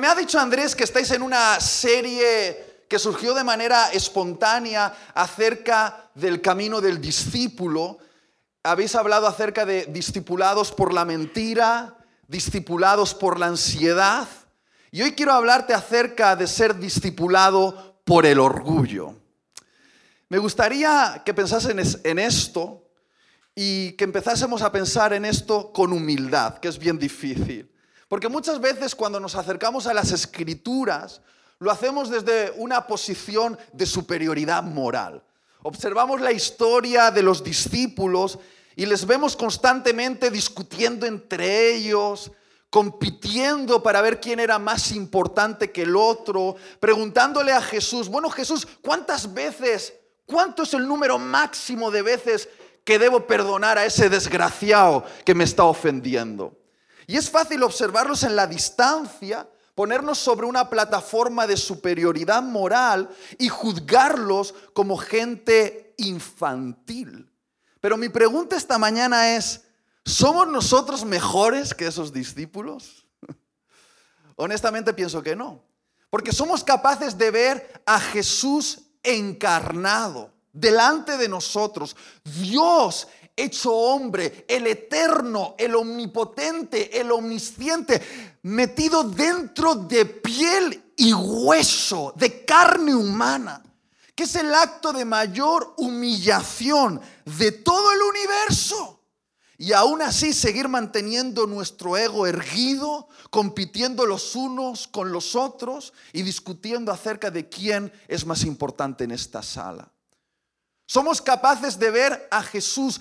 Me ha dicho Andrés que estáis en una serie que surgió de manera espontánea acerca del camino del discípulo. Habéis hablado acerca de discipulados por la mentira, discipulados por la ansiedad. Y hoy quiero hablarte acerca de ser discipulado por el orgullo. Me gustaría que pensasen en esto y que empezásemos a pensar en esto con humildad, que es bien difícil. Porque muchas veces cuando nos acercamos a las Escrituras, lo hacemos desde una posición de superioridad moral. Observamos la historia de los discípulos y les vemos constantemente discutiendo entre ellos, compitiendo para ver quién era más importante que el otro, preguntándole a Jesús, bueno Jesús, ¿cuántas veces, cuánto es el número máximo de veces que debo perdonar a ese desgraciado que me está ofendiendo? Y es fácil observarlos en la distancia, ponernos sobre una plataforma de superioridad moral y juzgarlos como gente infantil. Pero mi pregunta esta mañana es, ¿somos nosotros mejores que esos discípulos? Honestamente pienso que no, porque somos capaces de ver a Jesús encarnado delante de nosotros, Dios hecho hombre, el eterno, el omnipotente, el omnisciente, metido dentro de piel y hueso, de carne humana, que es el acto de mayor humillación de todo el universo. Y aún así seguir manteniendo nuestro ego erguido, compitiendo los unos con los otros y discutiendo acerca de quién es más importante en esta sala. Somos capaces de ver a Jesús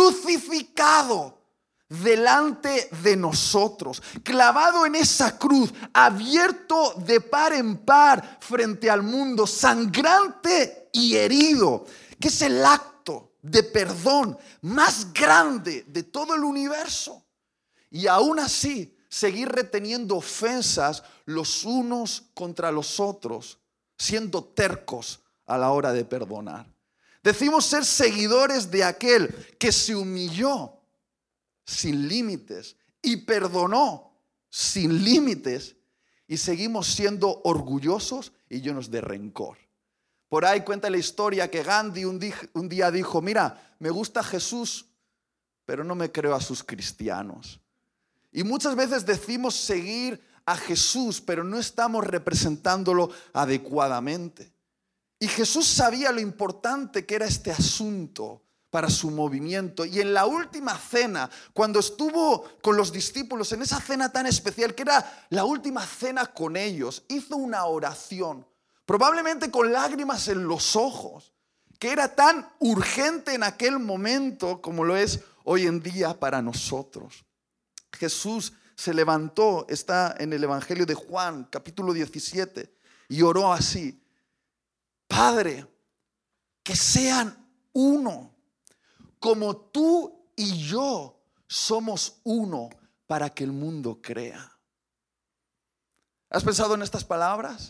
crucificado delante de nosotros, clavado en esa cruz, abierto de par en par frente al mundo, sangrante y herido, que es el acto de perdón más grande de todo el universo. Y aún así, seguir reteniendo ofensas los unos contra los otros, siendo tercos a la hora de perdonar. Decimos ser seguidores de aquel que se humilló sin límites y perdonó sin límites, y seguimos siendo orgullosos y llenos de rencor. Por ahí cuenta la historia que Gandhi un día dijo, mira, me gusta Jesús, pero no me creo a sus cristianos. Y muchas veces decimos seguir a Jesús, pero no estamos representándolo adecuadamente. Y Jesús sabía lo importante que era este asunto para su movimiento. Y en la última cena, cuando estuvo con los discípulos, en esa cena tan especial, que era la última cena con ellos, hizo una oración, probablemente con lágrimas en los ojos, que era tan urgente en aquel momento como lo es hoy en día para nosotros. Jesús se levantó, está en el Evangelio de Juan, capítulo 17, y oró así: Padre, que sean uno, como tú y yo somos uno, para que el mundo crea. ¿Has pensado en estas palabras?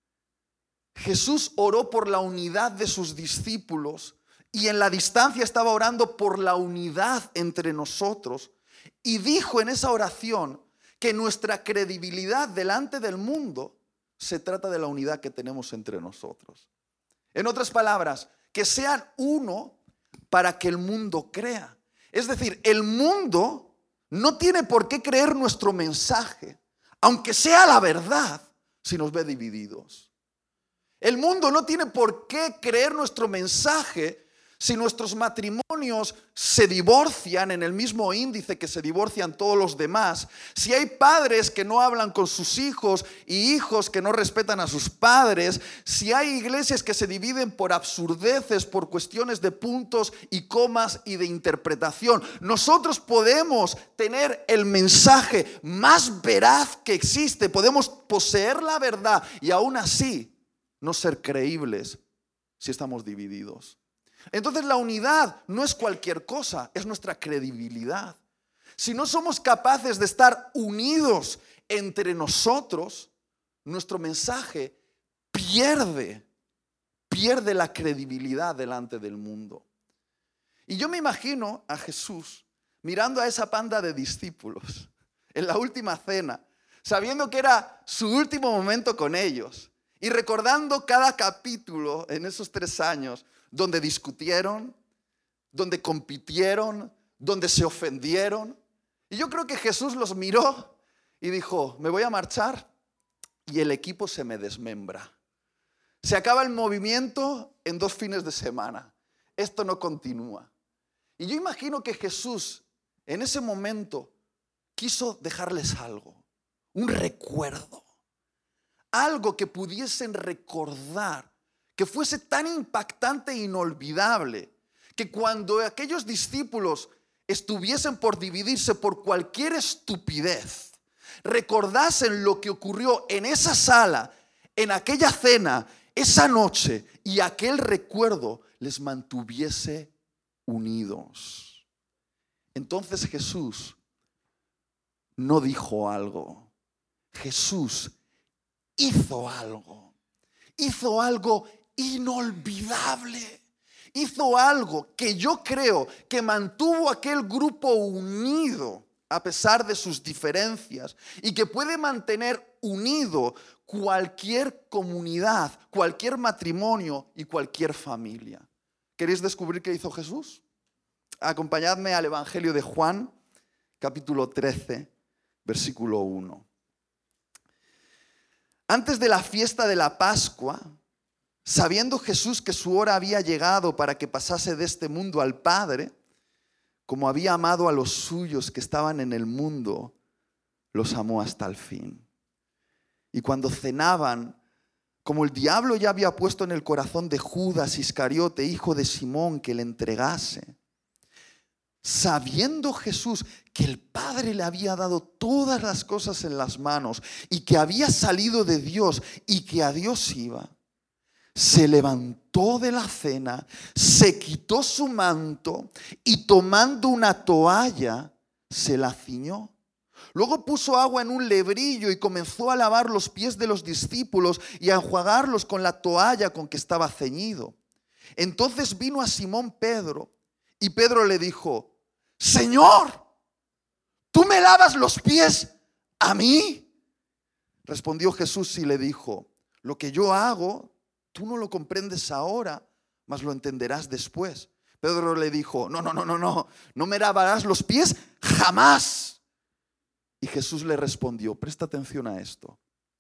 Jesús oró por la unidad de sus discípulos y en la distancia estaba orando por la unidad entre nosotros, y dijo en esa oración que nuestra credibilidad delante del mundo se trata de la unidad que tenemos entre nosotros. En otras palabras, que sean uno para que el mundo crea. Es decir, el mundo no tiene por qué creer nuestro mensaje, aunque sea la verdad, si nos ve divididos. El mundo no tiene por qué creer nuestro mensaje si nuestros matrimonios se divorcian en el mismo índice que se divorcian todos los demás, si hay padres que no hablan con sus hijos y hijos que no respetan a sus padres, si hay iglesias que se dividen por absurdeces, por cuestiones de puntos y comas y de interpretación. Nosotros podemos tener el mensaje más veraz que existe, podemos poseer la verdad y aún así no ser creíbles si estamos divididos. Entonces la unidad no es cualquier cosa, es nuestra credibilidad. Si no somos capaces de estar unidos entre nosotros, nuestro mensaje pierde la credibilidad delante del mundo. Y yo me imagino a Jesús mirando a esa panda de discípulos en la última cena, sabiendo que era su último momento con ellos y recordando cada capítulo en esos 3 años donde discutieron, donde compitieron, donde se ofendieron. Y yo creo que Jesús los miró y dijo, me voy a marchar y el equipo se me desmembra. Se acaba el movimiento en 2 fines de semana. Esto no continúa. Y yo imagino que Jesús en ese momento quiso dejarles algo, un recuerdo, algo que pudiesen recordar, que fuese tan impactante e inolvidable, que cuando aquellos discípulos estuviesen por dividirse por cualquier estupidez, recordasen lo que ocurrió en esa sala, en aquella cena, esa noche, y aquel recuerdo les mantuviese unidos. Entonces Jesús no dijo algo. Jesús hizo algo. Hizo algo inolvidable. Hizo algo que yo creo que mantuvo aquel grupo unido a pesar de sus diferencias y que puede mantener unido cualquier comunidad, cualquier matrimonio y cualquier familia. ¿Queréis descubrir qué hizo Jesús? Acompañadme al Evangelio de Juan, capítulo 13, versículo 1. Antes de la fiesta de la Pascua, sabiendo Jesús que su hora había llegado para que pasase de este mundo al Padre, como había amado a los suyos que estaban en el mundo, los amó hasta el fin. Y cuando cenaban, como el diablo ya había puesto en el corazón de Judas Iscariote, hijo de Simón, que le entregase, sabiendo Jesús que el Padre le había dado todas las cosas en las manos y que había salido de Dios y que a Dios iba, se levantó de la cena, se quitó su manto y tomando una toalla se la ciñó. Luego puso agua en un lebrillo y comenzó a lavar los pies de los discípulos y a enjuagarlos con la toalla con que estaba ceñido. Entonces vino a Simón Pedro y Pedro le dijo, Señor, ¿tú me lavas los pies a mí? Respondió Jesús y le dijo, lo que yo hago, tú no lo comprendes ahora, mas lo entenderás después. Pedro le dijo, no me lavarás los pies jamás. Y Jesús le respondió, presta atención a esto,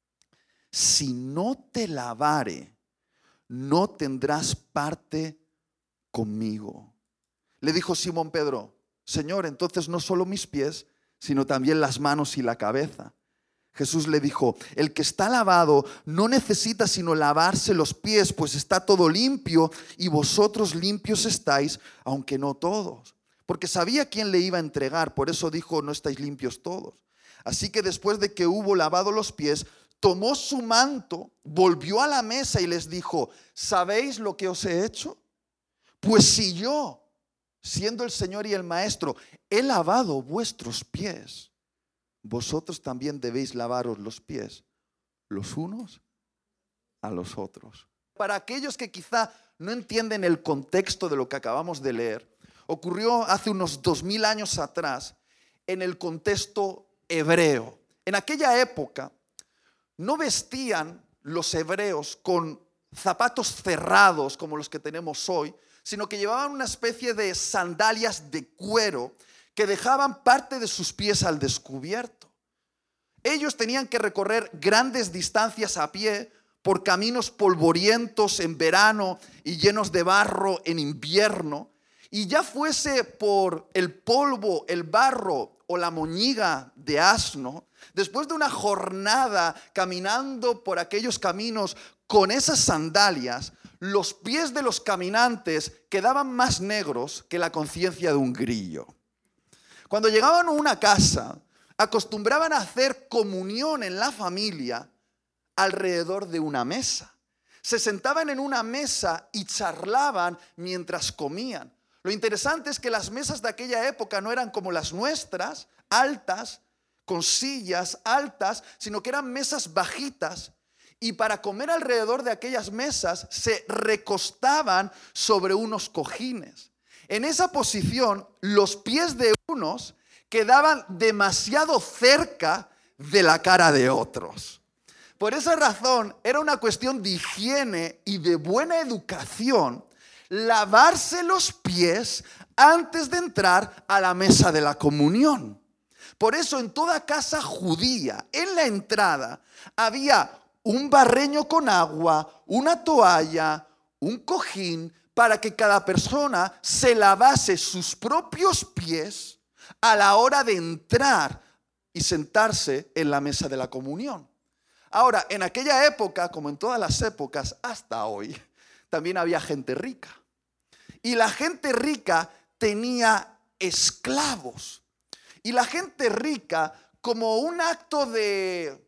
si no te lavare, no tendrás parte conmigo. Le dijo Simón Pedro, Señor, entonces no solo mis pies, sino también las manos y la cabeza. Jesús le dijo, el que está lavado no necesita sino lavarse los pies, pues está todo limpio y vosotros limpios estáis, aunque no todos. Porque sabía quién le iba a entregar, por eso dijo, no estáis limpios todos. Así que después de que hubo lavado los pies, tomó su manto, volvió a la mesa y les dijo, ¿sabéis lo que os he hecho? Pues si yo, siendo el Señor y el Maestro, he lavado vuestros pies, vosotros también debéis lavaros los pies, los unos a los otros. Para aquellos que quizá no entienden el contexto de lo que acabamos de leer, ocurrió hace unos 2000 años atrás en el contexto hebreo. En aquella época no vestían los hebreos con zapatos cerrados como los que tenemos hoy, sino que llevaban una especie de sandalias de cuero que dejaban parte de sus pies al descubierto. Ellos tenían que recorrer grandes distancias a pie por caminos polvorientos en verano y llenos de barro en invierno, y ya fuese por el polvo, el barro o la moñiga de asno, después de una jornada caminando por aquellos caminos con esas sandalias, los pies de los caminantes quedaban más negros que la conciencia de un grillo. Cuando llegaban a una casa, acostumbraban a hacer comunión en la familia alrededor de una mesa. Se sentaban en una mesa y charlaban mientras comían. Lo interesante es que las mesas de aquella época no eran como las nuestras, altas, con sillas altas, sino que eran mesas bajitas. Y para comer alrededor de aquellas mesas se recostaban sobre unos cojines. En esa posición, los pies de unos quedaban demasiado cerca de la cara de otros. Por esa razón, era una cuestión de higiene y de buena educación lavarse los pies antes de entrar a la mesa de la comunión. Por eso en toda casa judía, en la entrada, había un barreño con agua, una toalla, un cojín, para que cada persona se lavase sus propios pies a la hora de entrar y sentarse en la mesa de la comunión. Ahora, en aquella época, como en todas las épocas hasta hoy, también había gente rica. Y la gente rica tenía esclavos. Y la gente rica, como un acto de,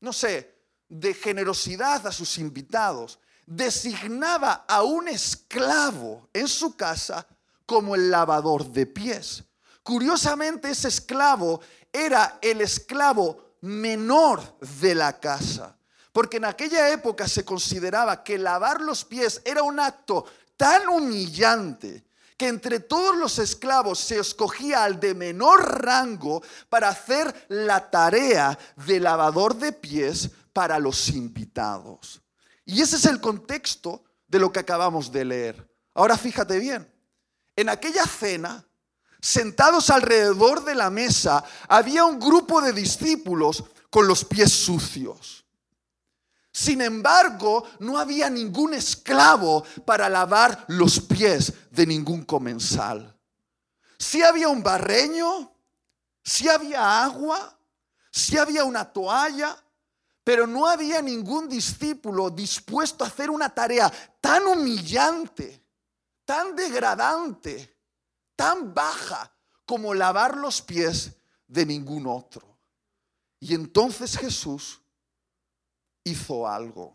de generosidad a sus invitados, designaba a un esclavo en su casa como el lavador de pies. Curiosamente, ese esclavo era el esclavo menor de la casa, porque en aquella época se consideraba que lavar los pies era un acto tan humillante que entre todos los esclavos se escogía al de menor rango para hacer la tarea de lavador de pies para los invitados. Y ese es el contexto de lo que acabamos de leer. Ahora fíjate bien, en aquella cena, sentados alrededor de la mesa, había un grupo de discípulos con los pies sucios. Sin embargo, no había ningún esclavo para lavar los pies de ningún comensal. Sí había un barreño, sí había agua, sí había una toalla, pero no había ningún discípulo dispuesto a hacer una tarea tan humillante, tan degradante, tan baja como lavar los pies de ningún otro. Y entonces Jesús hizo algo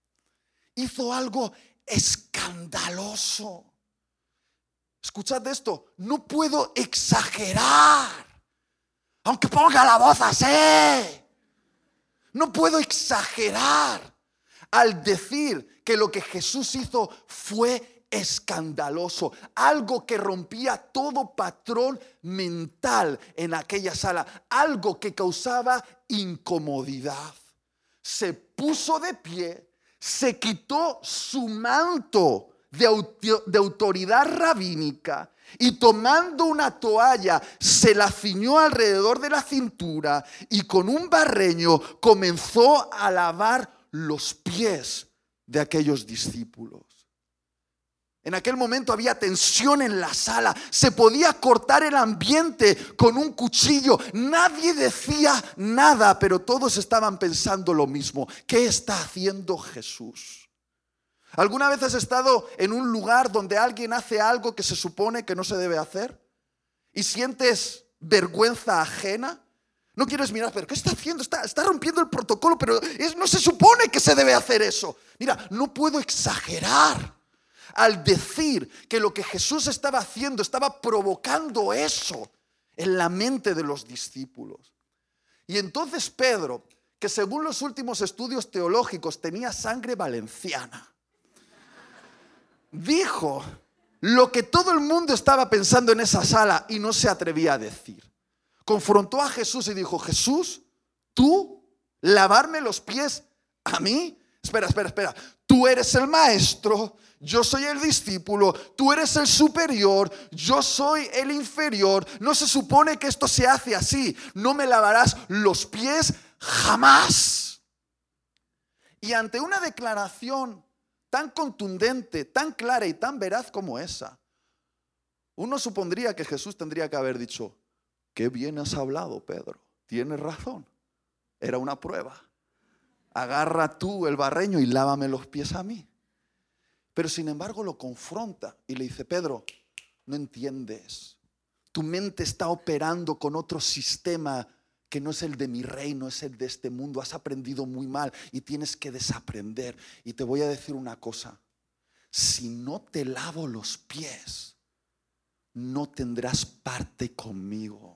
escandaloso. Escuchad esto, no puedo exagerar, aunque ponga la voz así. No puedo exagerar al decir que lo que Jesús hizo fue escandaloso, algo que rompía todo patrón mental en aquella sala, algo que causaba incomodidad. Se puso de pie, se quitó su manto de autoridad rabínica y tomando una toalla se la ciñó alrededor de la cintura y con un barreño comenzó a lavar los pies de aquellos discípulos. En aquel momento había tensión en la sala, se podía cortar el ambiente con un cuchillo, nadie decía nada, pero todos estaban pensando lo mismo. ¿Qué está haciendo Jesús? ¿Alguna vez has estado en un lugar donde alguien hace algo que se supone que no se debe hacer y sientes vergüenza ajena? No quieres mirar, pero ¿qué está haciendo? Está rompiendo el protocolo, pero no se supone que se debe hacer eso. Mira, no puedo exagerar al decir que lo que Jesús estaba haciendo estaba provocando eso en la mente de los discípulos. Y entonces Pedro, que según los últimos estudios teológicos tenía sangre valenciana, dijo lo que todo el mundo estaba pensando en esa sala y no se atrevía a decir. Confrontó a Jesús y dijo: Jesús, ¿tú lavarme los pies a mí? Espera. Tú eres el maestro, yo soy el discípulo, tú eres el superior, yo soy el inferior. No se supone que esto se hace así. No me lavarás los pies jamás. Y ante una declaración tan contundente, tan clara y tan veraz como esa, uno supondría que Jesús tendría que haber dicho: qué bien has hablado, Pedro, tienes razón, era una prueba. Agarra tú el barreño y lávame los pies a mí. Pero sin embargo lo confronta y le dice: Pedro, no entiendes, tu mente está operando con otro sistema que no es el de mi reino, es el de este mundo. Has aprendido muy mal y tienes que desaprender. Y te voy a decir una cosa: si no te lavo los pies, no tendrás parte conmigo.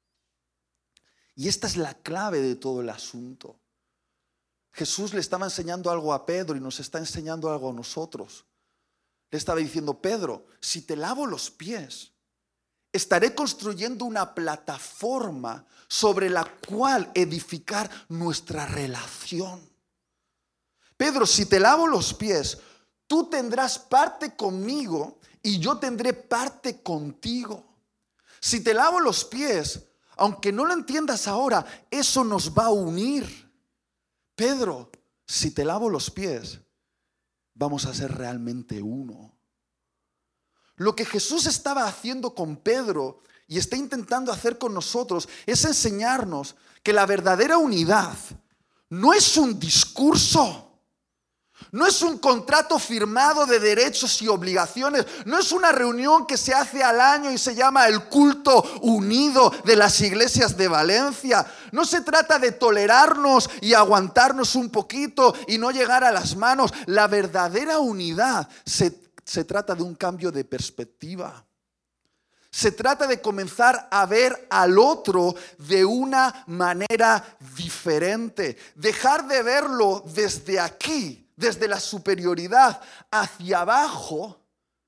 Y esta es la clave de todo el asunto. Jesús le estaba enseñando algo a Pedro y nos está enseñando algo a nosotros. Le estaba diciendo: Pedro, si te lavo los pies, estaré construyendo una plataforma sobre la cual edificar nuestra relación. Pedro, si te lavo los pies, tú tendrás parte conmigo y yo tendré parte contigo. Si te lavo los pies, aunque no lo entiendas ahora, eso nos va a unir. Pedro, si te lavo los pies, vamos a ser realmente uno. Lo que Jesús estaba haciendo con Pedro y está intentando hacer con nosotros es enseñarnos que la verdadera unidad no es un discurso. No es un contrato firmado de derechos y obligaciones. No es una reunión que se hace al año y se llama el culto unido de las iglesias de Valencia. No se trata de tolerarnos y aguantarnos un poquito y no llegar a las manos. La verdadera unidad se trata de un cambio de perspectiva. Se trata de comenzar a ver al otro de una manera diferente. Dejar de verlo desde aquí, desde la superioridad hacia abajo,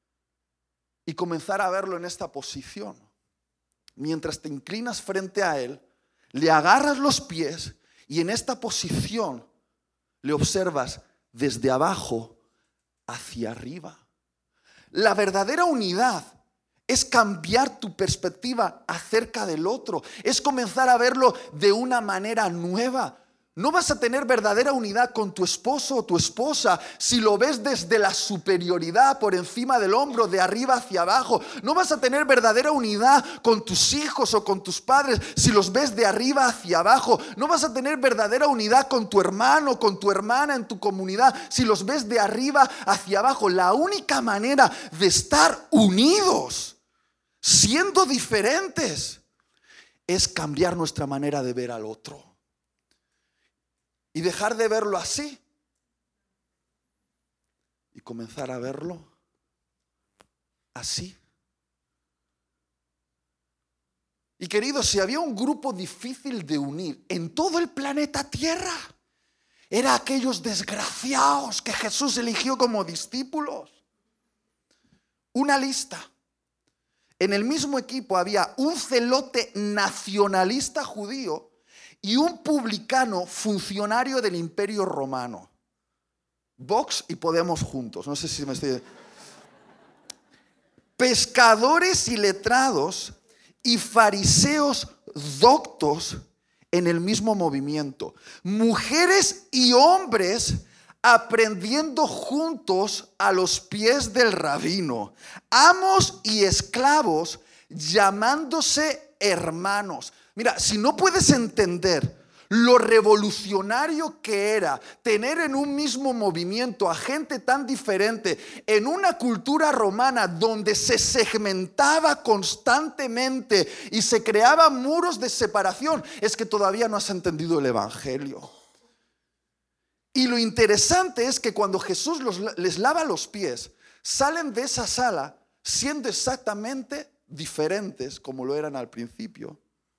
y comenzar a verlo en esta posición. Mientras te inclinas frente a él, le agarras los pies y en esta posición le observas desde abajo hacia arriba. La verdadera unidad es cambiar tu perspectiva acerca del otro, es comenzar a verlo de una manera nueva. No vas a tener verdadera unidad con tu esposo o tu esposa si lo ves desde la superioridad por encima del hombro, de arriba hacia abajo. No vas a tener verdadera unidad con tus hijos o con tus padres si los ves de arriba hacia abajo. No vas a tener verdadera unidad con tu hermano, con tu hermana en tu comunidad si los ves de arriba hacia abajo. La única manera de estar unidos, siendo diferentes, es cambiar nuestra manera de ver al otro. Y dejar de verlo así y comenzar a verlo así. Y queridos, si había un grupo difícil de unir en todo el planeta Tierra, era aquellos desgraciados que Jesús eligió como discípulos. Una lista. En el mismo equipo había un celote nacionalista judío y un publicano funcionario del Imperio Romano. Vox y Podemos juntos. No sé si me estoy... Pescadores y letrados y fariseos doctos en el mismo movimiento. Mujeres y hombres aprendiendo juntos a los pies del rabino. Amos y esclavos llamándose hermanos. Mira, si no puedes entender lo revolucionario que era tener en un mismo movimiento a gente tan diferente en una cultura romana donde se segmentaba constantemente y se creaban muros de separación, es que todavía no has entendido el evangelio. Y lo interesante es que cuando Jesús les lava los pies, salen de esa sala siendo exactamente diferentes como lo eran al principio,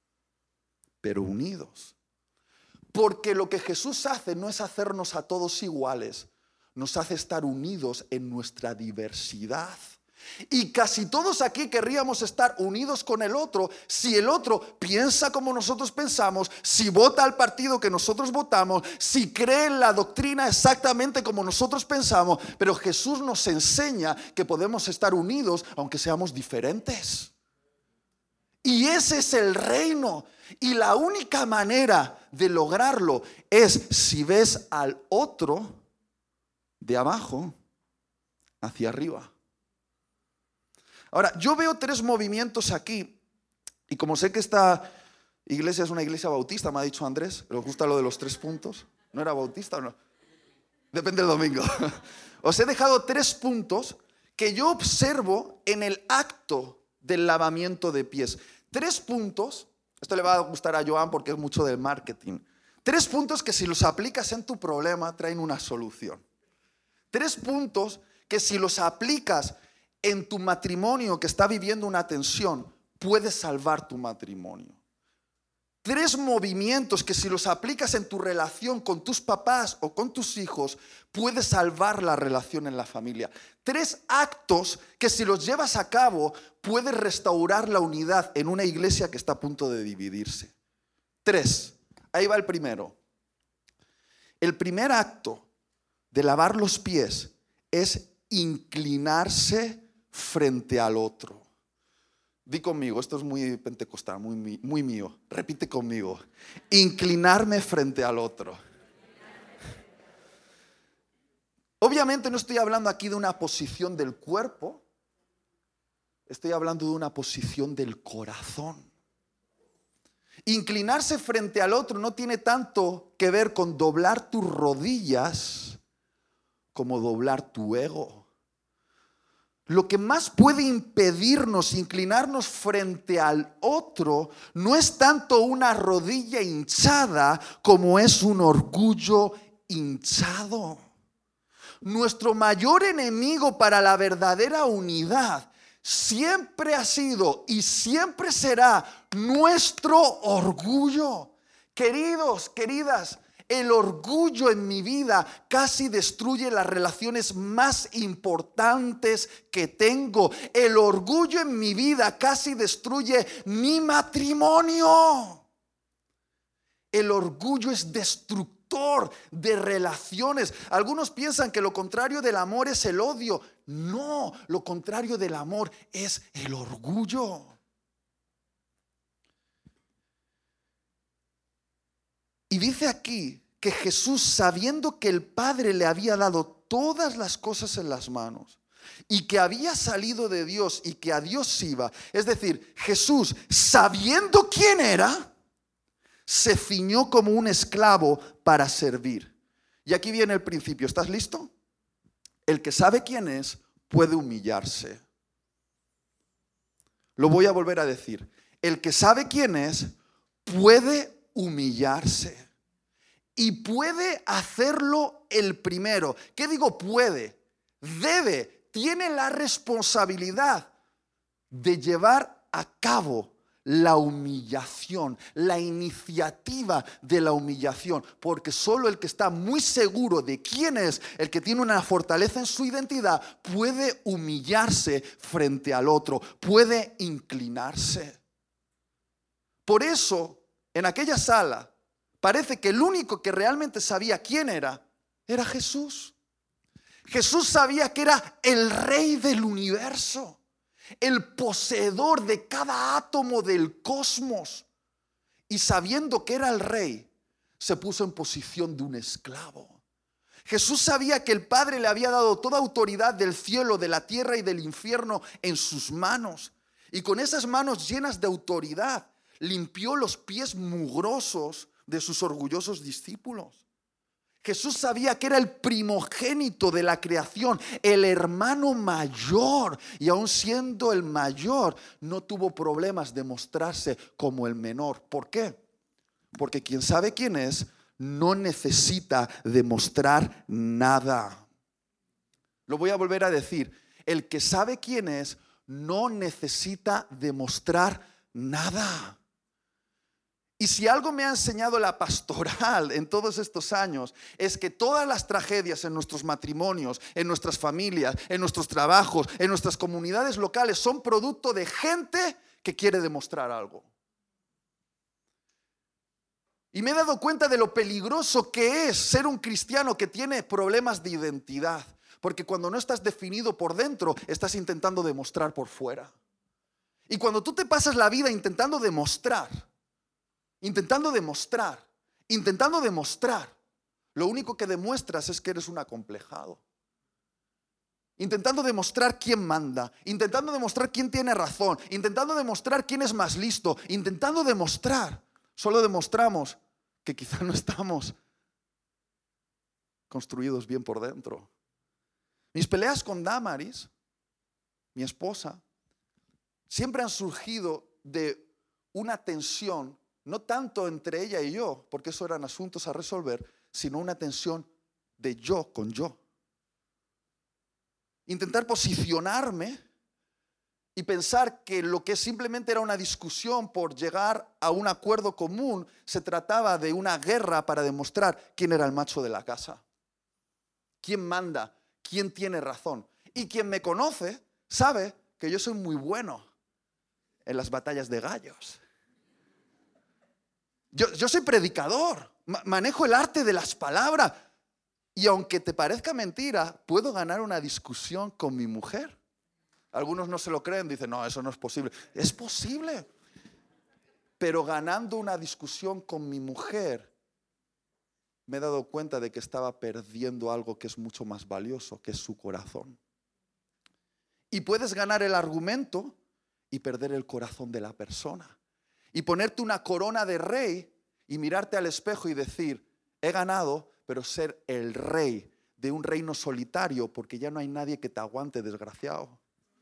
pero unidos. Porque lo que Jesús hace no es hacernos a todos iguales, nos hace estar unidos en nuestra diversidad. Y casi todos aquí querríamos estar unidos con el otro si el otro piensa como nosotros pensamos, si vota al partido que nosotros votamos, si cree en la doctrina exactamente como nosotros pensamos. Pero Jesús nos enseña que podemos estar unidos aunque seamos diferentes. Y ese es el reino. Y la única manera de lograrlo es si ves al otro de abajo hacia arriba. Ahora, yo veo tres movimientos aquí. Y como sé que esta iglesia es una iglesia bautista, me ha dicho Andrés, ¿le gusta lo de los 3 puntos? ¿No era bautista o no? Depende del domingo. Os he dejado 3 puntos que yo observo en el acto del lavamiento de pies. 3 puntos. Esto le va a gustar a Joan porque es mucho del marketing. 3 puntos que si los aplicas en tu problema traen una solución. 3 puntos que si los aplicas en tu matrimonio que está viviendo una tensión, puedes salvar tu matrimonio. 3 movimientos que si los aplicas en tu relación con tus papás o con tus hijos, puedes salvar la relación en la familia. 3 actos que si los llevas a cabo, puedes restaurar la unidad en una iglesia que está a punto de dividirse. 3. Ahí va el primero. El primer acto de lavar los pies es inclinarse frente al otro. Di conmigo, esto es muy pentecostal, muy mío. Repite conmigo. Inclinarme frente al otro. Obviamente no estoy hablando aquí de una posición del cuerpo. Estoy hablando de una posición del corazón. Inclinarse frente al otro no tiene tanto que ver con doblar tus rodillas como doblar tu ego. Lo que más puede impedirnos inclinarnos frente al otro no es tanto una rodilla hinchada como es un orgullo hinchado. Nuestro mayor enemigo para la verdadera unidad siempre ha sido y siempre será nuestro orgullo. Queridos, queridas, el orgullo en mi vida casi destruye las relaciones más importantes que tengo. El orgullo en mi vida casi destruye mi matrimonio. El orgullo es destructor de relaciones. Algunos piensan que lo contrario del amor es el odio. No, lo contrario del amor es el orgullo. Y dice aquí que Jesús, sabiendo que el Padre le había dado todas las cosas en las manos y que había salido de Dios y que a Dios iba, es decir, Jesús, sabiendo quién era, se ciñó como un esclavo para servir. Y aquí viene el principio. ¿Estás listo? El que sabe quién es puede humillarse. Lo voy a volver a decir. El que sabe quién es puede humillarse. Y puede hacerlo el primero. ¿Qué digo puede? Debe, tiene la responsabilidad de llevar a cabo la humillación, la iniciativa de la humillación, porque solo el que está muy seguro de quién es, el que tiene una fortaleza en su identidad, puede humillarse frente al otro, puede inclinarse. Por eso, en aquella sala, parece que el único que realmente sabía quién era Jesús. Jesús sabía que era el rey del universo, el poseedor de cada átomo del cosmos. Y sabiendo que era el rey, se puso en posición de un esclavo. Jesús sabía que el Padre le había dado toda autoridad del cielo, de la tierra y del infierno en sus manos. Y con esas manos llenas de autoridad, limpió los pies mugrosos de sus orgullosos discípulos. Jesús sabía que era el primogénito de la creación, el hermano mayor, y aun siendo el mayor, no tuvo problemas de mostrarse como el menor. ¿Por qué? Porque quien sabe quién es, no necesita demostrar nada. Lo voy a volver a decir. El que sabe quién es, no necesita demostrar nada. Y si algo me ha enseñado la pastoral en todos estos años, es que todas las tragedias en nuestros matrimonios, en nuestras familias, en nuestros trabajos, en nuestras comunidades locales, son producto de gente que quiere demostrar algo. Y me he dado cuenta de lo peligroso que es ser un cristiano que tiene problemas de identidad. Porque cuando no estás definido por dentro, estás intentando demostrar por fuera. Y cuando tú te pasas la vida intentando demostrar, lo único que demuestras es que eres un acomplejado. Intentando demostrar quién manda, intentando demostrar quién tiene razón, intentando demostrar quién es más listo, intentando demostrar. Solo demostramos que quizá no estamos construidos bien por dentro. Mis peleas con Damaris, mi esposa, siempre han surgido de una tensión, no tanto entre ella y yo, porque eso eran asuntos a resolver, sino una tensión de yo con yo. Intentar posicionarme y pensar que lo que simplemente era una discusión por llegar a un acuerdo común, se trataba de una guerra para demostrar quién era el macho de la casa, quién manda, quién tiene razón. Y quien me conoce sabe que yo soy muy bueno en las batallas de gallos. Yo soy predicador, manejo el arte de las palabras. Y aunque te parezca mentira, puedo ganar una discusión con mi mujer. Algunos no se lo creen, dicen, no, eso no es posible. Es posible. Pero ganando una discusión con mi mujer, me he dado cuenta de que estaba perdiendo algo que es mucho más valioso, que es su corazón. Y puedes ganar el argumento y perder el corazón de la persona. Y ponerte una corona de rey y mirarte al espejo y decir, he ganado, pero ser el rey de un reino solitario, porque ya no hay nadie que te aguante, desgraciado.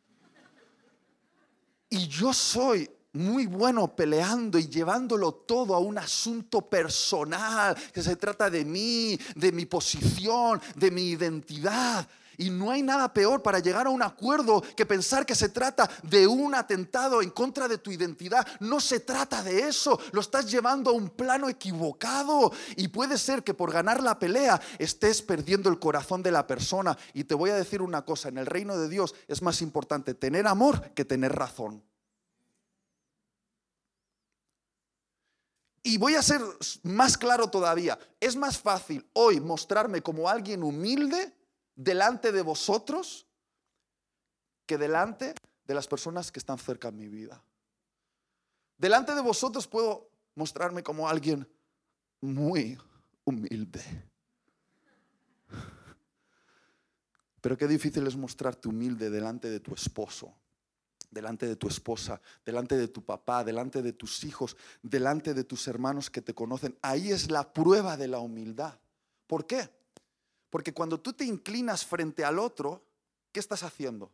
Y yo soy muy bueno peleando y llevándolo todo a un asunto personal, que se trata de mí, de mi posición, de mi identidad. Y no hay nada peor para llegar a un acuerdo que pensar que se trata de un atentado en contra de tu identidad. No se trata de eso, lo estás llevando a un plano equivocado. Y puede ser que por ganar la pelea estés perdiendo el corazón de la persona. Y te voy a decir una cosa, en el reino de Dios es más importante tener amor que tener razón. Y voy a ser más claro todavía, es más fácil hoy mostrarme como alguien humilde delante de vosotros que delante de las personas que están cerca en mi vida. Delante de vosotros puedo mostrarme como alguien muy humilde. Pero qué difícil es mostrarte humilde delante de tu esposo, delante de tu esposa, delante de tu papá, delante de tus hijos, delante de tus hermanos que te conocen. Ahí es la prueba de la humildad. ¿Por qué? Porque cuando tú te inclinas frente al otro, ¿qué estás haciendo?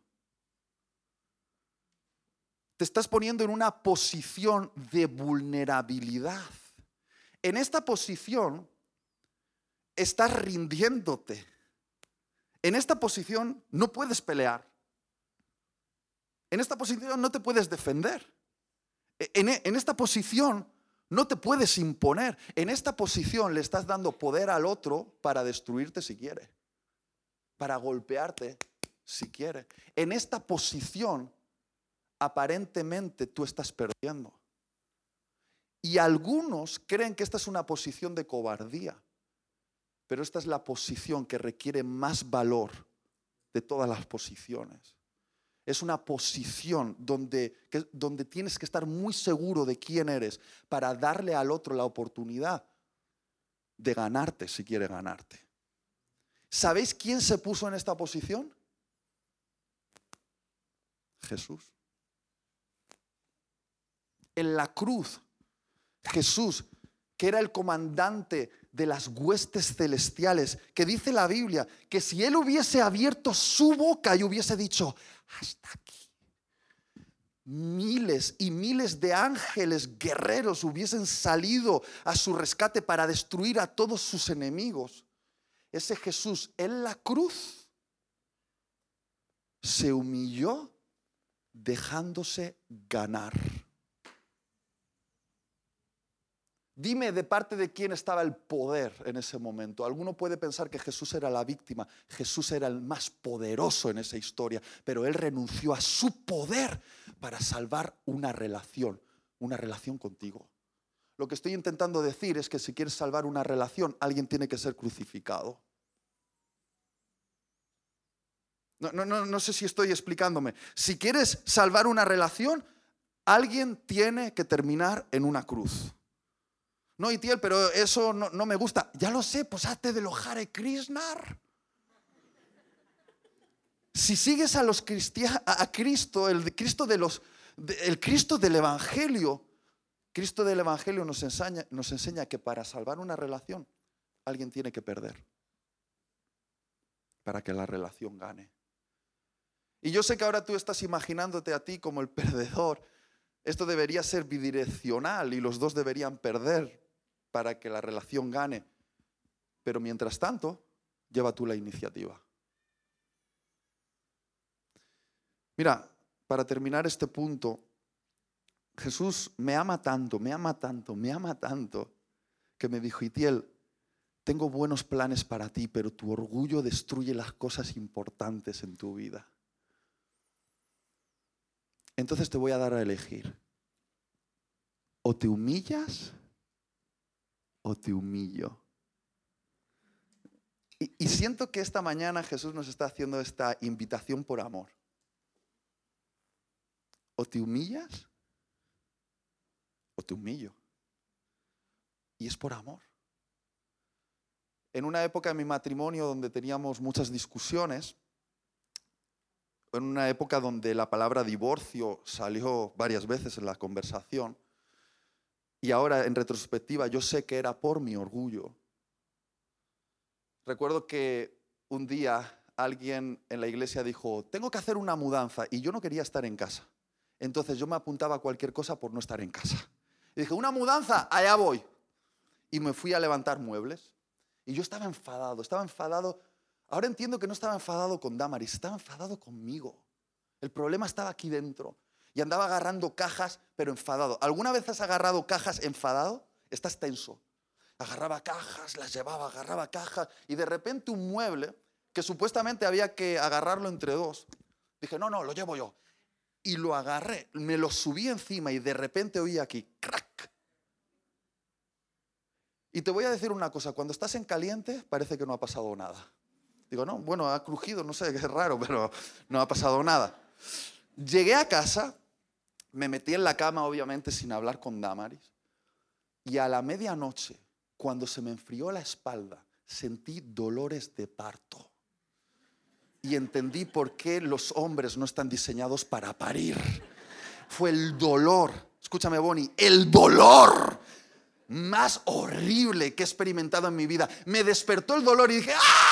Te estás poniendo en una posición de vulnerabilidad. En esta posición estás rindiéndote. En esta posición no puedes pelear. En esta posición no te puedes defender. En esta posición no te puedes imponer. En esta posición le estás dando poder al otro para destruirte si quiere, para golpearte si quiere. En esta posición aparentemente tú estás perdiendo. Y algunos creen que esta es una posición de cobardía, pero esta es la posición que requiere más valor de todas las posiciones. Es una posición donde tienes que estar muy seguro de quién eres para darle al otro la oportunidad de ganarte si quiere ganarte. ¿Sabéis quién se puso en esta posición? Jesús. En la cruz, Jesús, que era el comandante de las huestes celestiales, que dice la Biblia que si él hubiese abierto su boca y hubiese dicho, hasta aquí, miles y miles de ángeles guerreros hubiesen salido a su rescate para destruir a todos sus enemigos. Ese Jesús en la cruz se humilló dejándose ganar. Dime de parte de quién estaba el poder en ese momento. Alguno puede pensar que Jesús era la víctima. Jesús era el más poderoso en esa historia, pero él renunció a su poder para salvar una relación contigo. Lo que estoy intentando decir es que si quieres salvar una relación, alguien tiene que ser crucificado. No sé si estoy explicándome. Si quieres salvar una relación, alguien tiene que terminar en una cruz. No, Itiel, pero eso no me gusta. Ya lo sé, pues hazte de los Hare Krishnar. Si sigues a Cristo, el Cristo del Evangelio, Cristo del Evangelio nos enseña que para salvar una relación, alguien tiene que perder para que la relación gane. Y yo sé que ahora tú estás imaginándote a ti como el perdedor. Esto debería ser bidireccional y los dos deberían perder para que la relación gane. Pero mientras tanto, lleva tú la iniciativa. Mira, para terminar este punto, Jesús me ama tanto, me ama tanto, me ama tanto, que me dijo: Itiel, tengo buenos planes para ti, pero tu orgullo destruye las cosas importantes en tu vida. Entonces te voy a dar a elegir. O te humillas o te humillo. Y siento que esta mañana Jesús nos está haciendo esta invitación por amor. O te humillas o te humillo. Y es por amor. En una época de mi matrimonio donde teníamos muchas discusiones, en una época donde la palabra divorcio salió varias veces en la conversación, y ahora en retrospectiva yo sé que era por mi orgullo. Recuerdo que un día alguien en la iglesia dijo: tengo que hacer una mudanza, y yo no quería estar en casa. Entonces yo me apuntaba a cualquier cosa por no estar en casa. Y dije: una mudanza, allá voy. Y me fui a levantar muebles. Y yo estaba enfadado. Ahora entiendo que no estaba enfadado con Damaris, estaba enfadado conmigo. El problema estaba aquí dentro. Y andaba agarrando cajas, pero enfadado. ¿Alguna vez has agarrado cajas enfadado? Estás tenso. Agarraba cajas, las llevaba, agarraba cajas. Y de repente un mueble, que supuestamente había que agarrarlo entre dos, dije: no, lo llevo yo. Y lo agarré, me lo subí encima y de repente oí aquí, crack. Y te voy a decir una cosa: cuando estás en caliente parece que no ha pasado nada. Digo: no, bueno, ha crujido, no sé, es raro, pero no ha pasado nada. Llegué a casa, me metí en la cama, obviamente sin hablar con Damaris, y a la medianoche, cuando se me enfrió la espalda, sentí dolores de parto. Y entendí por qué los hombres no están diseñados para parir. Fue el dolor, escúchame, Bonnie, el dolor más horrible que he experimentado en mi vida. Me despertó el dolor y dije: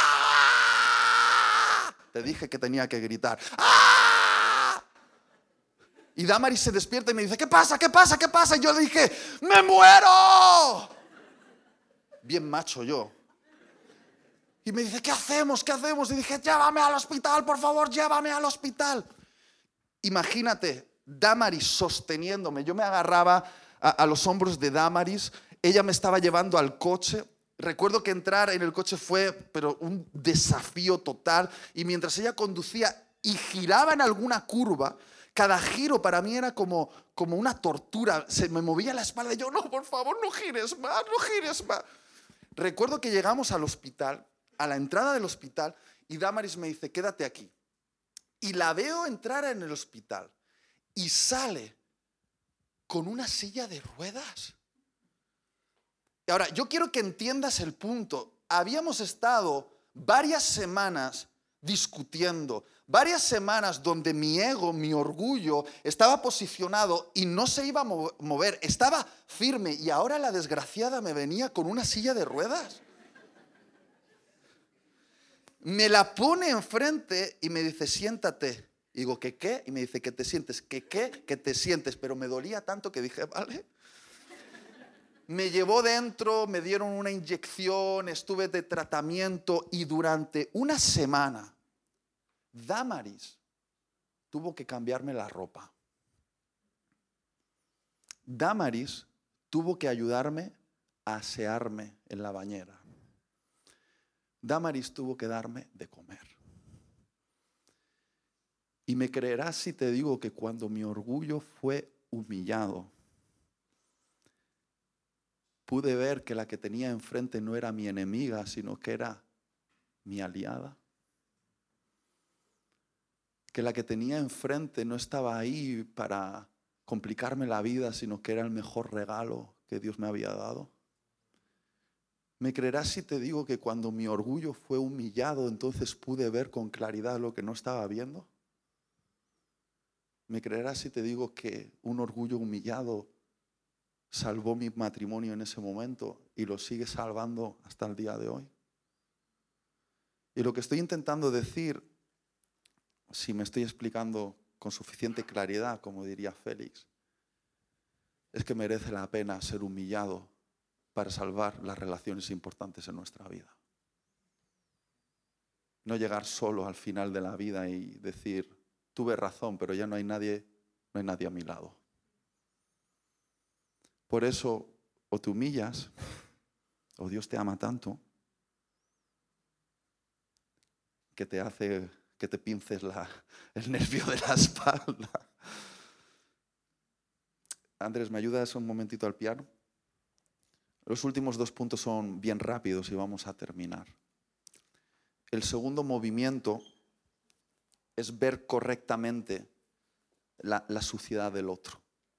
¡ah! Te dije que tenía que gritar. ¡Ah! Y Damaris se despierta y me dice: ¿qué pasa? ¿Qué pasa? ¿Qué pasa? Y yo le dije: ¡me muero! Bien macho yo. Y me dice: ¿qué hacemos? ¿Qué hacemos? Y dije: llévame al hospital, por favor, llévame al hospital. Imagínate, Damaris sosteniéndome. Yo me agarraba a los hombros de Damaris. Ella me estaba llevando al coche. Recuerdo que entrar en el coche fue un desafío total. Y mientras ella conducía y giraba en alguna curva, cada giro para mí era como una tortura. Se me movía la espalda y yo: no, por favor, no gires más, no gires más. Recuerdo que llegamos al hospital, a la entrada del hospital, y Damaris me dice: quédate aquí. Y la veo entrar en el hospital y sale con una silla de ruedas. Y ahora, yo quiero que entiendas el punto. Habíamos estado varias semanas discutiendo, varias semanas donde mi ego, mi orgullo estaba posicionado y no se iba a mover, estaba firme, y ahora la desgraciada me venía con una silla de ruedas. Me la pone enfrente y me dice: siéntate. Y digo: ¿qué qué? Y me dice: que te sientes. ¿Qué qué? Que te sientes. Pero me dolía tanto que dije: vale. Me llevó dentro, me dieron una inyección, estuve de tratamiento, y durante una semana Damaris tuvo que cambiarme la ropa. Damaris tuvo que ayudarme a asearme en la bañera. Damaris tuvo que darme de comer. Y me creerás si te digo que cuando mi orgullo fue humillado, pude ver que la que tenía enfrente no era mi enemiga, sino que era mi aliada. Que la que tenía enfrente no estaba ahí para complicarme la vida, sino que era el mejor regalo que Dios me había dado. ¿Me creerás si te digo que cuando mi orgullo fue humillado, entonces pude ver con claridad lo que no estaba viendo? ¿Me creerás si te digo que un orgullo humillado salvó mi matrimonio en ese momento y lo sigue salvando hasta el día de hoy? Y lo que estoy intentando decir, si me estoy explicando con suficiente claridad, como diría Félix, es que merece la pena ser humillado para salvar las relaciones importantes en nuestra vida. No llegar solo al final de la vida y decir: tuve razón, pero ya no hay nadie a mi lado. Por eso, o te humillas, o Dios te ama tanto, que te hace que te pinces el nervio de la espalda. Andrés, ¿me ayudas un momentito al piano? Los últimos 2 puntos son bien rápidos y vamos a terminar. El segundo movimiento es ver correctamente la suciedad del otro.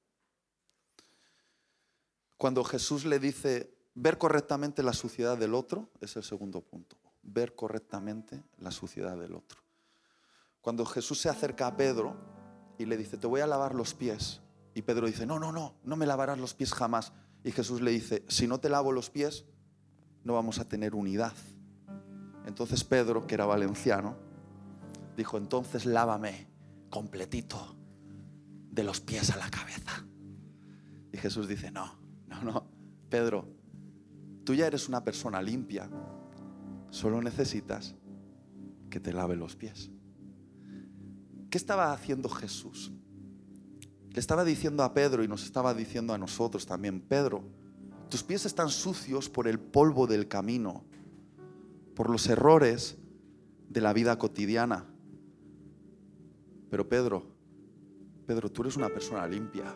Cuando Jesús le dice ver correctamente la suciedad del otro, es el segundo punto. Ver correctamente la suciedad del otro. Cuando Jesús se acerca a Pedro y le dice, te voy a lavar los pies. Y Pedro dice, no me lavarás los pies jamás. Y Jesús le dice, si no te lavo los pies, no vamos a tener unidad. Entonces Pedro, que era valenciano, dijo, entonces lávame completito, de los pies a la cabeza. Y Jesús dice, no, Pedro, tú ya eres una persona limpia, solo necesitas que te lave los pies. ¿Qué estaba haciendo Jesús? Le estaba diciendo a Pedro y nos estaba diciendo a nosotros también, Pedro, tus pies están sucios por el polvo del camino, por los errores de la vida cotidiana. Pero Pedro, tú eres una persona limpia.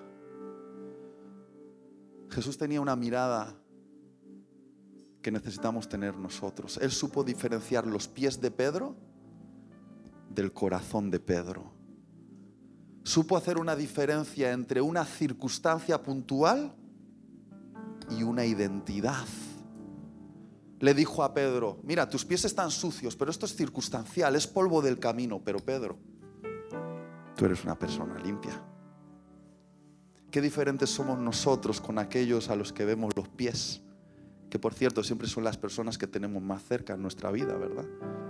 Jesús tenía una mirada que necesitamos tener nosotros. Él supo diferenciar los pies de Pedro del corazón de Pedro. Supo hacer una diferencia entre una circunstancia puntual y una identidad. Le dijo a Pedro, mira, tus pies están sucios, pero esto es circunstancial, es polvo del camino. Pero Pedro, tú eres una persona limpia. Qué diferentes somos nosotros con aquellos a los que vemos los pies, que por cierto siempre son las personas que tenemos más cerca en nuestra vida, ¿verdad?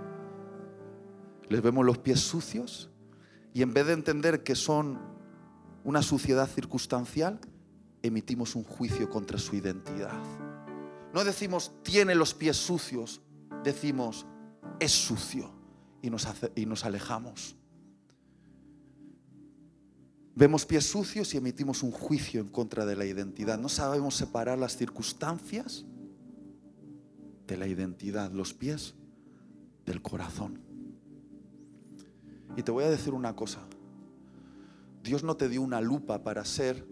Les vemos los pies sucios y en vez de entender que son una suciedad circunstancial, emitimos un juicio contra su identidad. No decimos tiene los pies sucios, decimos es sucio y nos alejamos. Vemos pies sucios y emitimos un juicio en contra de la identidad. No sabemos separar las circunstancias de la identidad, los pies del corazón. Y te voy a decir una cosa. Dios no te dio una lupa para ser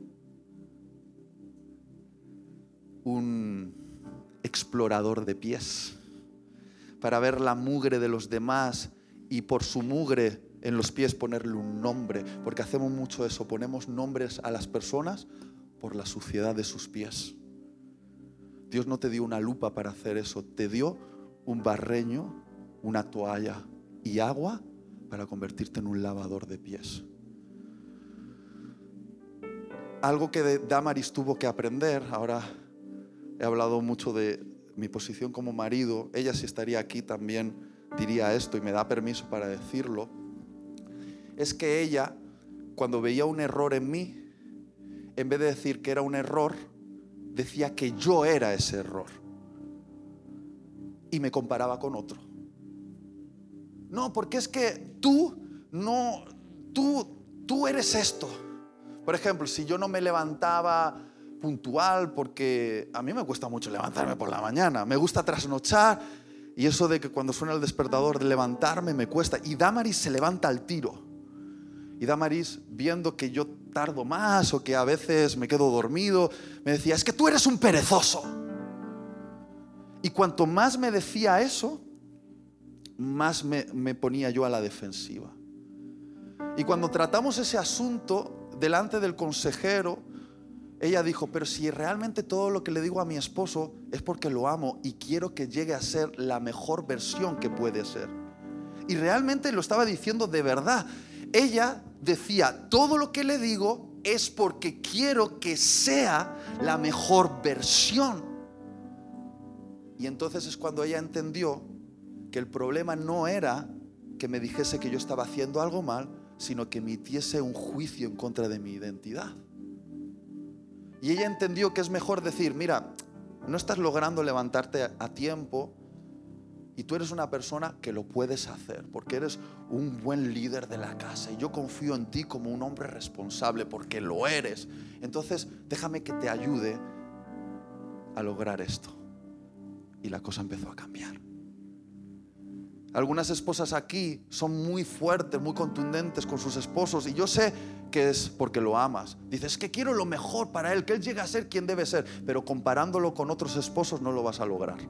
un explorador de pies, para ver la mugre de los demás y por su mugre en los pies ponerle un nombre, porque hacemos mucho eso, ponemos nombres a las personas por la suciedad de sus pies. Dios no te dio una lupa para hacer eso, te dio un barreño, una toalla y agua para convertirte en un lavador de pies. Algo que Damaris tuvo que aprender, ahora he hablado mucho de mi posición como marido, ella si estaría aquí también diría esto y me da permiso para decirlo, es que ella, cuando veía un error en mí, en vez de decir que era un error, decía que yo era ese error y me comparaba con otro. No, porque es que tú eres esto. Por ejemplo, si yo no me levantaba puntual, porque a mí me cuesta mucho levantarme por la mañana, me gusta trasnochar, y eso de que cuando suena el despertador de levantarme me cuesta, y Damaris se levanta al tiro. Y Damaris, viendo que yo tardo más o que a veces me quedo dormido, me decía, es que tú eres un perezoso. Y cuanto más me decía eso, más me ponía yo a la defensiva. Y cuando tratamos ese asunto delante del consejero, ella dijo, pero si realmente todo lo que le digo a mi esposo es porque lo amo y quiero que llegue a ser la mejor versión que puede ser. Y realmente lo estaba diciendo de verdad. Ella decía, todo lo que le digo es porque quiero que sea la mejor versión. Y entonces es cuando ella entendió que el problema no era que me dijese que yo estaba haciendo algo mal, sino que emitiese un juicio en contra de mi identidad. Y ella entendió que es mejor decir, mira, no estás logrando levantarte a tiempo Y tú eres una persona que lo puedes hacer porque eres un buen líder de la casa. Y yo confío en ti como un hombre responsable porque lo eres. Entonces déjame que te ayude a lograr esto. Y la cosa empezó a cambiar. Algunas esposas aquí son muy fuertes, muy contundentes con sus esposos. Y yo sé que es porque lo amas. Dices, es que quiero lo mejor para él, que él llegue a ser quien debe ser. Pero comparándolo con otros esposos no lo vas a lograr.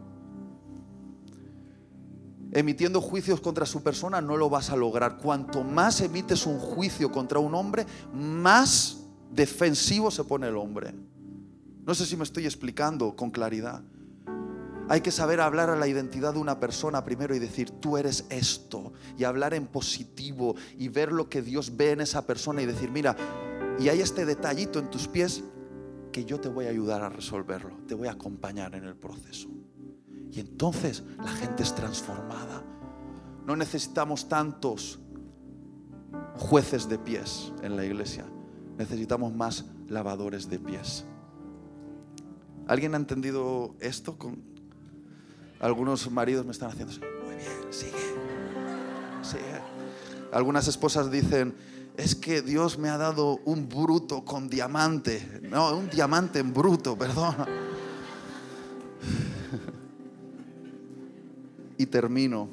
Emitiendo juicios contra su persona no lo vas a lograr. Cuanto más emites un juicio contra un hombre, más defensivo se pone el hombre. No sé si me estoy explicando con claridad. Hay que saber hablar a la identidad de una persona primero y decir, tú eres esto, y hablar en positivo y ver lo que Dios ve en esa persona y decir, mira, y hay este detallito en tus pies que yo te voy a ayudar a resolverlo, te voy a acompañar en el proceso. Y entonces la gente es transformada. No necesitamos tantos jueces de pies en la iglesia. Necesitamos más lavadores de pies. ¿Alguien ha entendido esto? Algunos maridos me están haciendo, muy bien, sigue. Algunas esposas dicen, es que Dios me ha dado un bruto con diamante. No, un diamante en bruto, perdona. Y termino.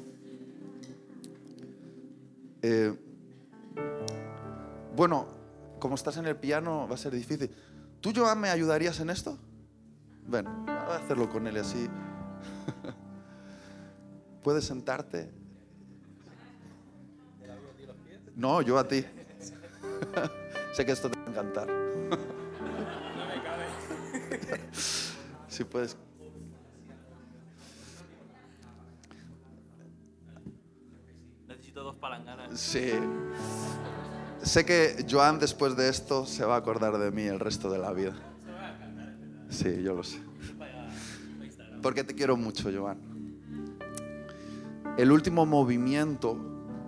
Bueno, como estás en el piano va a ser difícil. ¿Tú, Joan, me ayudarías en esto? Ven, voy a hacerlo con él así. ¿Puedes sentarte? No, yo a ti. Sé que esto te va a encantar. No me cabe. Si puedes. Necesito 2 palanganas. Sí. Sé que Joan después de esto se va a acordar de mí el resto de la vida. Sí, yo lo sé. Porque te quiero mucho, Joan. El último movimiento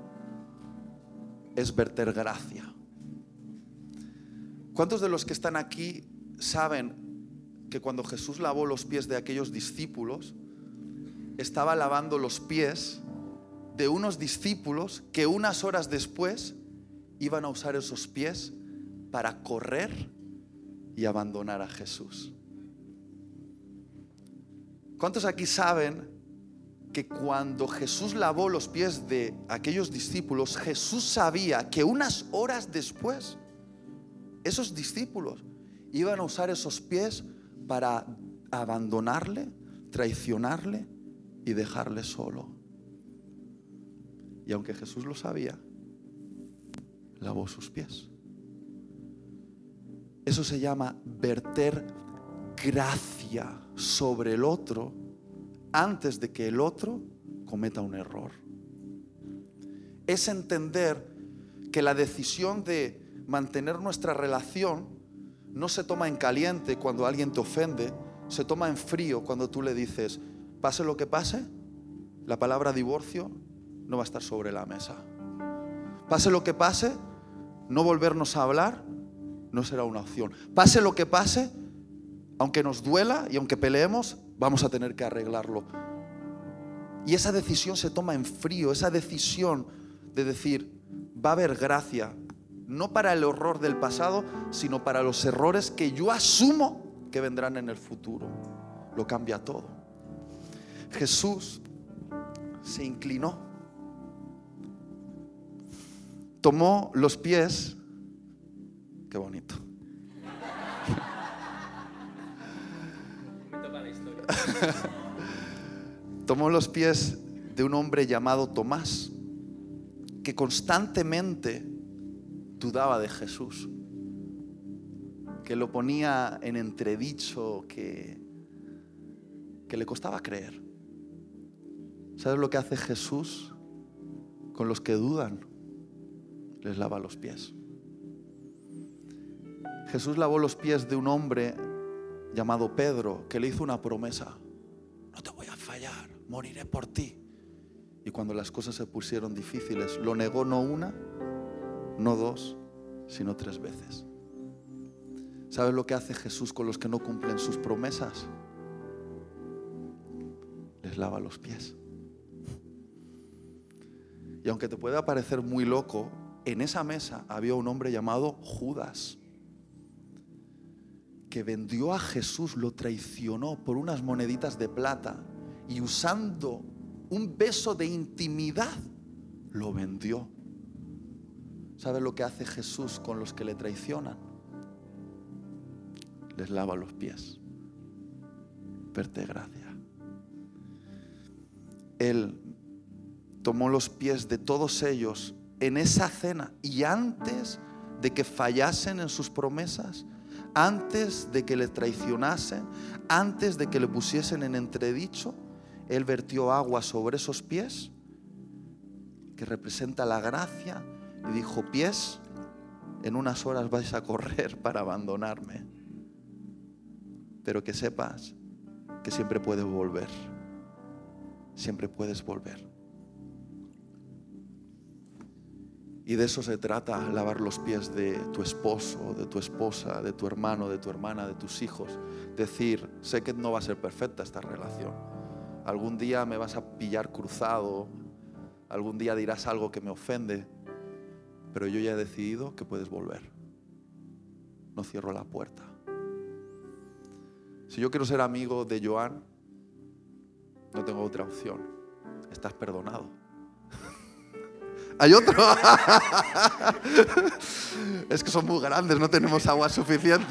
es verter gracia. ¿Cuántos de los que están aquí saben que cuando Jesús lavó los pies de aquellos discípulos, estaba lavando los pies de unos discípulos que unas horas después iban a usar esos pies para correr y abandonar a Jesús? ¿Cuántos aquí saben que cuando Jesús lavó los pies de aquellos discípulos, Jesús sabía que unas horas después esos discípulos iban a usar esos pies para abandonarle, traicionarle y dejarle solo? Y aunque Jesús lo sabía, lavó sus pies. Eso se llama verter gracia sobre el otro antes de que el otro cometa un error. Es entender que la decisión de mantener nuestra relación no se toma en caliente cuando alguien te ofende, se toma en frío cuando tú le dices, pase lo que pase, la palabra divorcio no va a estar sobre la mesa. Pase lo que pase, no volvernos a hablar no será una opción. Pase lo que pase, aunque nos duela y aunque peleemos, vamos a tener que arreglarlo. Y esa decisión se toma en frío, esa decisión de decir, va a haber gracia, no para el horror del pasado, sino para los errores que yo asumo que vendrán en el futuro. Lo cambia todo. Jesús se inclinó, tomó los pies, qué bonito. Tomó los pies de un hombre llamado Tomás, que constantemente dudaba de Jesús, que lo ponía en entredicho, que le costaba creer. ¿Sabes lo que hace Jesús con los que dudan? Les lava los pies. Jesús lavó los pies de un hombre llamado Pedro, que le hizo una promesa: no te voy a fallar, moriré por ti. Y cuando las cosas se pusieron difíciles, lo negó no una, no dos, sino 3 veces. ¿Sabes lo que hace Jesús con los que no cumplen sus promesas? Les lava los pies. Y aunque te pueda parecer muy loco, en esa mesa había un hombre llamado Judas, que vendió a Jesús, lo traicionó por unas moneditas de plata y usando un beso de intimidad lo vendió. ¿Sabes lo que hace Jesús con los que le traicionan? Les lava los pies. Verte gracia. Él tomó los pies de todos ellos en esa cena, y antes de que fallasen en sus promesas, antes de que le traicionasen, antes de que le pusiesen en entredicho, Él vertió agua sobre esos pies, que representa la gracia, y dijo: pies, en unas horas vais a correr para abandonarme, pero que sepas que siempre puedes volver, siempre puedes volver. Y de eso se trata, lavar los pies de tu esposo, de tu esposa, de tu hermano, de tu hermana, de tus hijos. Decir: sé que no va a ser perfecta esta relación. Algún día me vas a pillar cruzado, algún día dirás algo que me ofende, pero yo ya he decidido que puedes volver. No cierro la puerta. Si yo quiero ser amigo de Joan, no tengo otra opción. Estás perdonado. ¿Hay otro? Es que son muy grandes, no tenemos agua suficiente.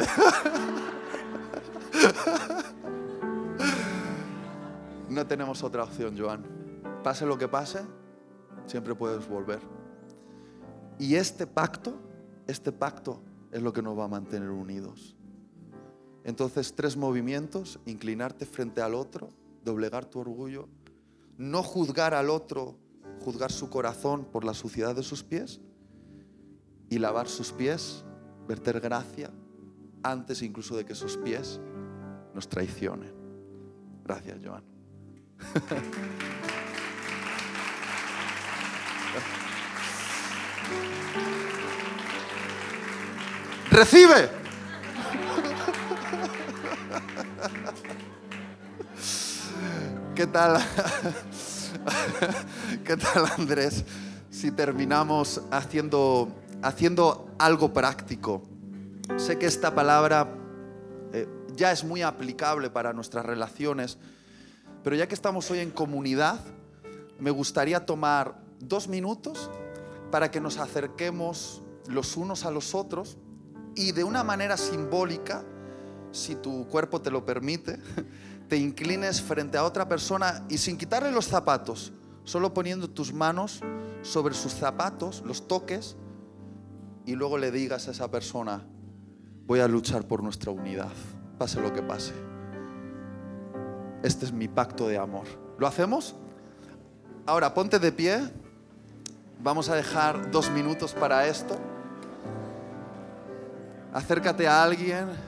No tenemos otra opción, Joan. Pase lo que pase, siempre puedes volver. Y este pacto es lo que nos va a mantener unidos. Entonces, 3 movimientos: inclinarte frente al otro, doblegar tu orgullo, no juzgar al otro, juzgar su corazón por la suciedad de sus pies, y lavar sus pies, verter gracia antes incluso de que sus pies nos traicionen. Gracias, Joan. ¡Recibe! ¿Qué tal? ¿Qué tal, Andrés? Si terminamos haciendo algo práctico. Sé que esta palabra ya es muy aplicable para nuestras relaciones, pero ya que estamos hoy en comunidad, me gustaría tomar 2 minutos para que nos acerquemos los unos a los otros y de una manera simbólica, si tu cuerpo te lo permite, te inclines frente a otra persona y sin quitarle los zapatos, solo poniendo tus manos sobre sus zapatos, los toques, y luego le digas a esa persona: voy a luchar por nuestra unidad, pase lo que pase. Este es mi pacto de amor. ¿Lo hacemos? Ahora ponte de pie. Vamos a dejar 2 minutos para esto. Acércate a alguien.